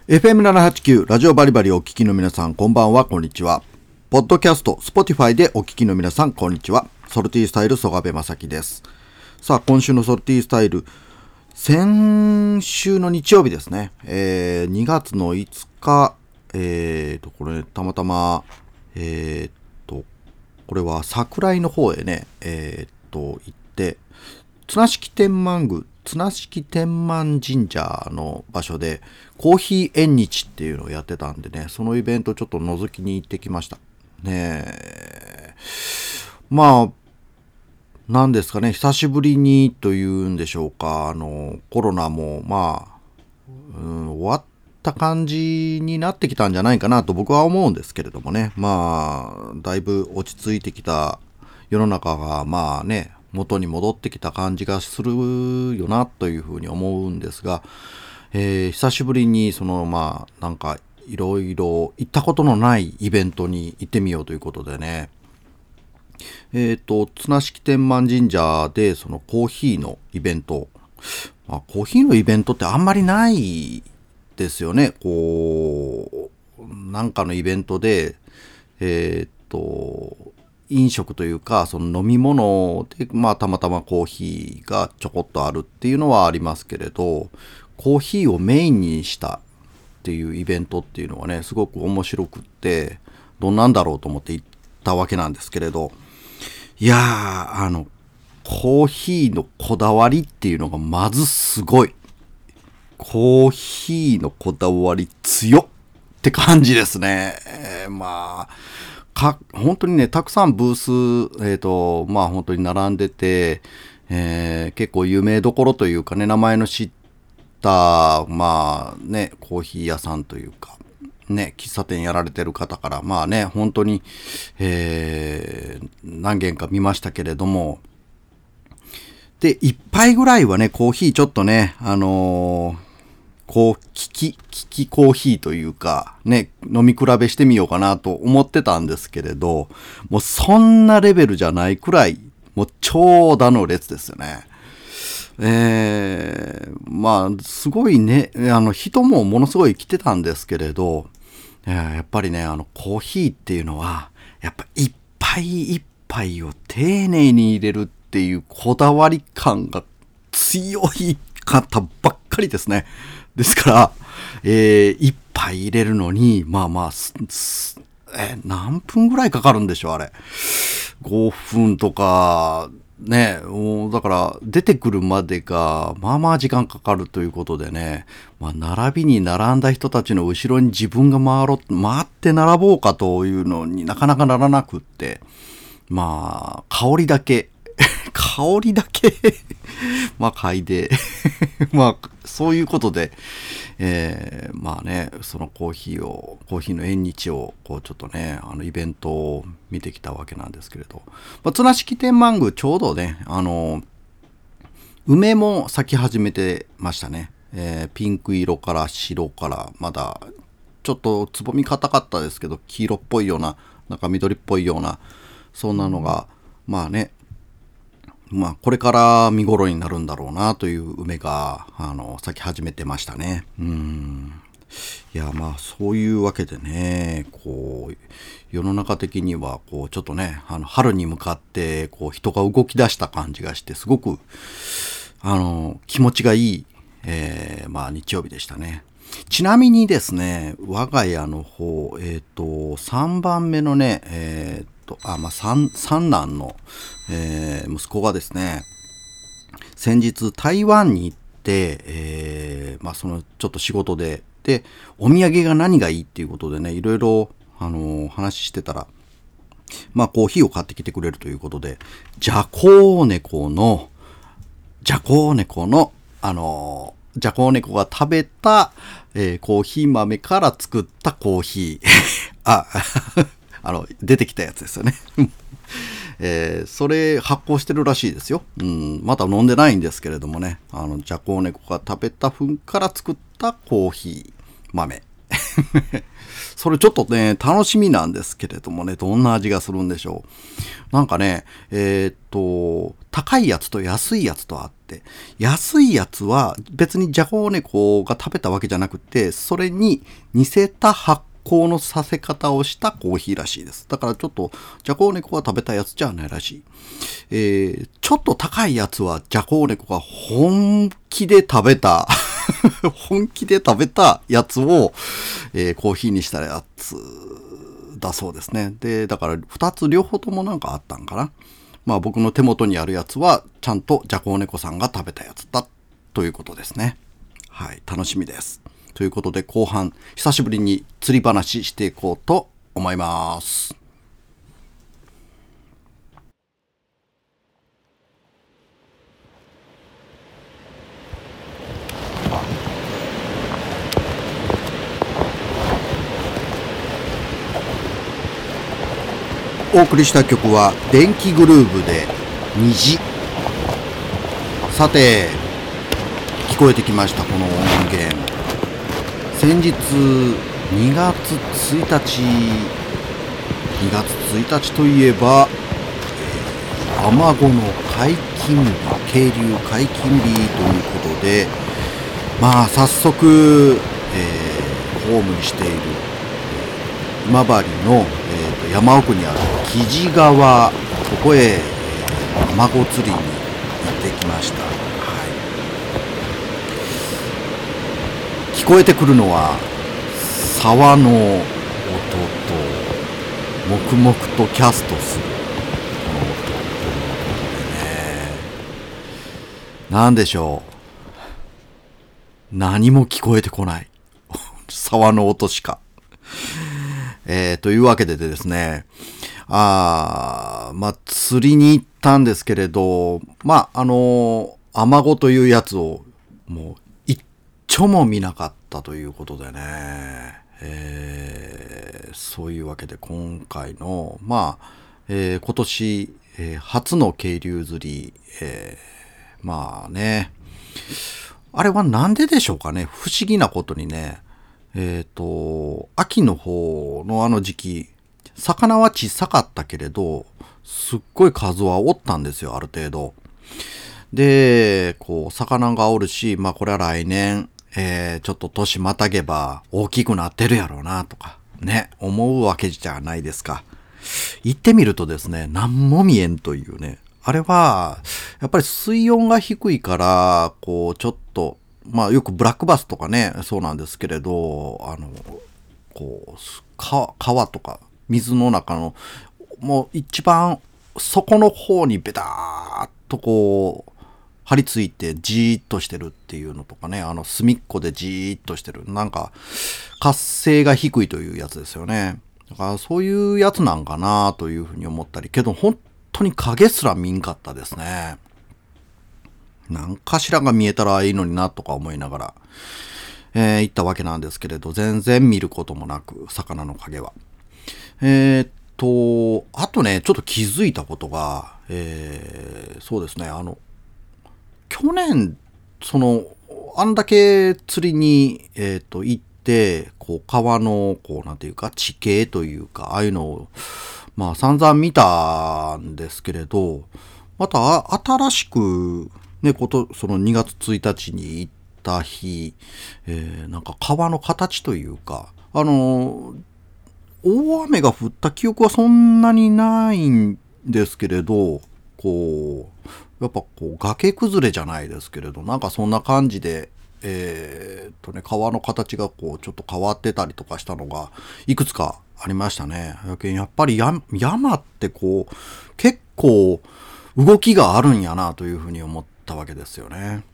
FM789 ラジオバリバリお聞きの皆さん、こんばんは、こんにちは。ポッドキャスト、Spotify でお聞きの皆さん、こんにちは。ソルティースタイル、曽我部正樹です。さあ、今週のソルティースタイル、先週の日曜日ですね。2月の5日、これ、たまたま、これは桜井の方へね、行って、綱敷天満宮、綱敷天満神社の場所でコーヒー縁日っていうのをやってたんでね、そのイベントちょっと覗きに行ってきましたね。まあなんですかね、久しぶりにというんでしょうか、コロナも終わった感じになってきたんじゃないかなと僕は思うんですけれどもね。だいぶ落ち着いてきた世の中が元に戻ってきた感じがするよなというふうに思うんですが、久しぶりになんかいろいろ行ったことのないイベントに行ってみようということでね、綱敷天満神社でそのコーヒーのイベント、コーヒーのイベントってあんまりないですよね。なんかのイベントで飲食というか、その飲み物でたまたまコーヒーがちょこっとあるっていうのはありますけれど、コーヒーをメインにしたっていうイベントっていうのはね、すごく面白くって、どんなんだろうと思って行ったわけなんですけれど、いやー、コーヒーのこだわりっていうのがまずすごい。コーヒーのこだわり強っって感じですね。本当にね、たくさんブース、本当に並んでて、結構有名どころというかね、名前の知った、コーヒー屋さんというか、ね、喫茶店やられてる方から、本当に、何軒か見ましたけれども、で、一杯ぐらいはね、コーヒーちょっとね、利きコーヒーというか、ね、飲み比べしてみようかなと思ってたんですけれど、もうそんなレベルじゃないくらい、もう長蛇の列ですよね。すごいね、人もものすごい来てたんですけれど、やっぱりね、コーヒーっていうのは、やっぱ一杯一杯を丁寧に入れるっていうこだわり感が強い方ばっかりですね。ですから、一杯入れるのに、何分ぐらいかかるんでしょう、あれ。5分とか、ね、だから出てくるまでが時間かかるということでね、並びに並んだ人たちの後ろに自分が回って並ぼうかというのになかなかならなくって、香りだけ嗅いでそういうことで、そのコーヒーの縁日をちょっとね、イベントを見てきたわけなんですけれど、綱敷天満宮ちょうどね、梅も咲き始めてましたね。ピンク色から白から、まだちょっとつぼみ硬かったですけど、黄色っぽいような、なんか緑っぽいような、そんなのがこれから見頃になるんだろうなという梅が咲き始めてましたね。いや、そういうわけでね、世の中的にはちょっとね、春に向かって人が動き出した感じがして、すごく気持ちがいい、日曜日でしたね。ちなみにですね、我が家の方、3番目のね、三男の、息子がですね、先日台湾に行って、そのちょっと仕事で、お土産が何がいいっていうことでね、いろいろ、話してたら、コーヒーを買ってきてくれるということで、ジャコウネコの、ジャコウネコが食べた、コーヒー豆から作ったコーヒー。出てきたやつですよね。それ発酵してるらしいですよ。まだ飲んでないんですけれどもね、ジャコウネコが食べた糞から作ったコーヒー豆それちょっとね、楽しみなんですけれどもね、どんな味がするんでしょう。なんかね、高いやつと安いやつとあって、安いやつは別にじゃこう猫が食べたわけじゃなくて、それに似せた発酵のさせ方をしたコーヒーらしいです。だからちょっと、じゃこう猫が食べたやつじゃないらしい。ちょっと高いやつはじゃこう猫が本気で食べた本気で食べたやつを、コーヒーにしたやつだそうですね。で、だから2つ両方ともなんかあったんかな。まあ僕の手元にあるやつはちゃんとじゃこう猫さんが食べたやつだということですね。はい、楽しみです。ということで後半久しぶりに釣り話していこうと思います。お送りした曲は電気グルーヴで虹。さて聞こえてきましたこの音源。先日2月1日2月1日といえば、アマゴの解禁日、渓流解禁日ということで、まあ早速、ホームにしている今治の、山奥にある木地川、ここへ、アマゴ釣りに行ってきました。はい、聞こえてくるのは沢の音と黙々とキャストするこの音ということでね、なんでしょう、何も聞こえてこない沢の音しか。というわけでですね、まあ、釣りに行ったんですけれど、まあ、アマゴというやつをもう一丁も見なかったということでね、そういうわけで今回の、まあ、今年、初の渓流釣り、まあね、あれはなんででしょうかね、不思議なことにね、秋の方のあの時期、魚は小さかったけれど、すっごい数はおったんですよ、ある程度。で、こう、魚がおるし、まあこれは来年、ちょっと年またげば大きくなってるやろうな、とか、ね、思うわけじゃないですか。行ってみるとですね、何も見えんというね。あれは、やっぱり水温が低いから、こう、ちょっと、まあよくブラックバスとかね、そうなんですけれど、こう、川とか水の中の、もう一番底の方にベターっとこう、張り付いてじーっとしてるっていうのとかね、隅っこでじーっとしてる。なんか、活性が低いというやつですよね。だからそういうやつなんかなというふうに思ったり、けど本当に影すら見んかったですね。なんかしらが見えたらいいのになとか思いながら、行ったわけなんですけれど、全然見ることもなく、魚の影は。あとね、ちょっと気づいたことが、そうですね、去年、あんだけ釣りに、行って、こう、川の、こう、なんていうか、地形というか、ああいうのを、まあ、散々見たんですけれど、また、新しく、ね、その2月1日に行った日、なんか川の形というか、大雨が降った記憶はそんなにないんですけれど、こう、やっぱこう崖崩れじゃないですけれど、なんかそんな感じで、川の形がこうちょっと変わってたりとかしたのがいくつかありましたね。やっぱり山ってこう結構動きがあるんやなというふうに思ったわけですよね。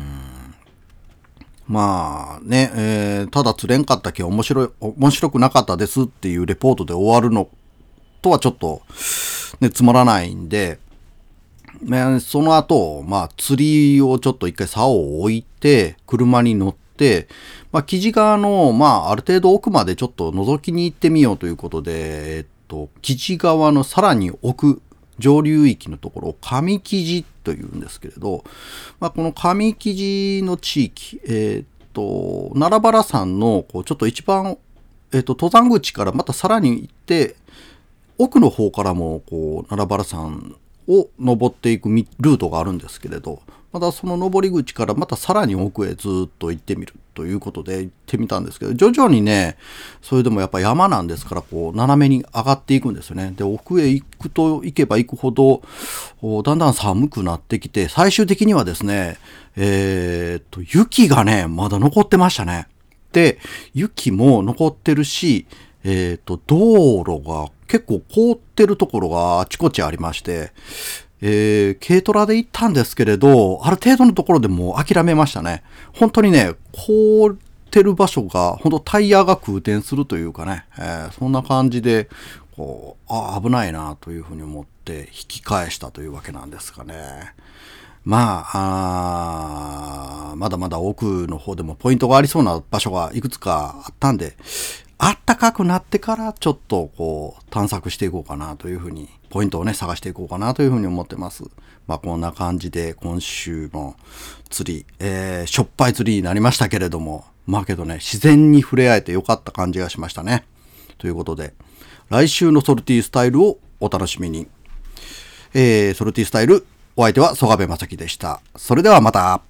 まあね、ただ釣れんかったけ面白くなかったですっていうレポートで終わるのとはちょっと、ね、つまらないんで、その後、まあ釣りをちょっと一回竿を置いて、車に乗って、まあ木地川の、まあある程度奥までちょっと覗きに行ってみようということで、木地川のさらに奥、上流域のところを上木地というんですけれど、まあ、この上木地の地域、奈良原山のこうちょっと一番登山口からまたさらに行って、奥の方からもこう奈良原山を登っていくルートがあるんですけれど、またその登り口からまたさらに奥へずっと行ってみるということで行ってみたんですけど、徐々にね、それでもやっぱ山なんですから、こう斜めに上がっていくんですよね。で、奥へ行けば行くほどだんだん寒くなってきて、最終的にはですね、雪がねまだ残ってましたね。で、雪も残ってるし、道路が結構凍ってるところがあちこちありまして、軽トラで行ったんですけれど、ある程度のところでもう諦めましたね。本当にね、凍ってる場所が、本当タイヤが空転するというかね、そんな感じで、こう、危ないなというふうに思って引き返したというわけなんですかね。まだまだ奥の方でもポイントがありそうな場所がいくつかあったんで、あったかくなってからちょっとこう探索していこうかなというふうに、ポイントをね探していこうかなというふうに思ってます。こんな感じで今週の釣り、しょっぱい釣りになりましたけれども、けどね、自然に触れ合えてよかった感じがしましたね。ということで、来週のソルティースタイルをお楽しみに。ソルティースタイル、お相手は曽我部正樹でした。それではまた。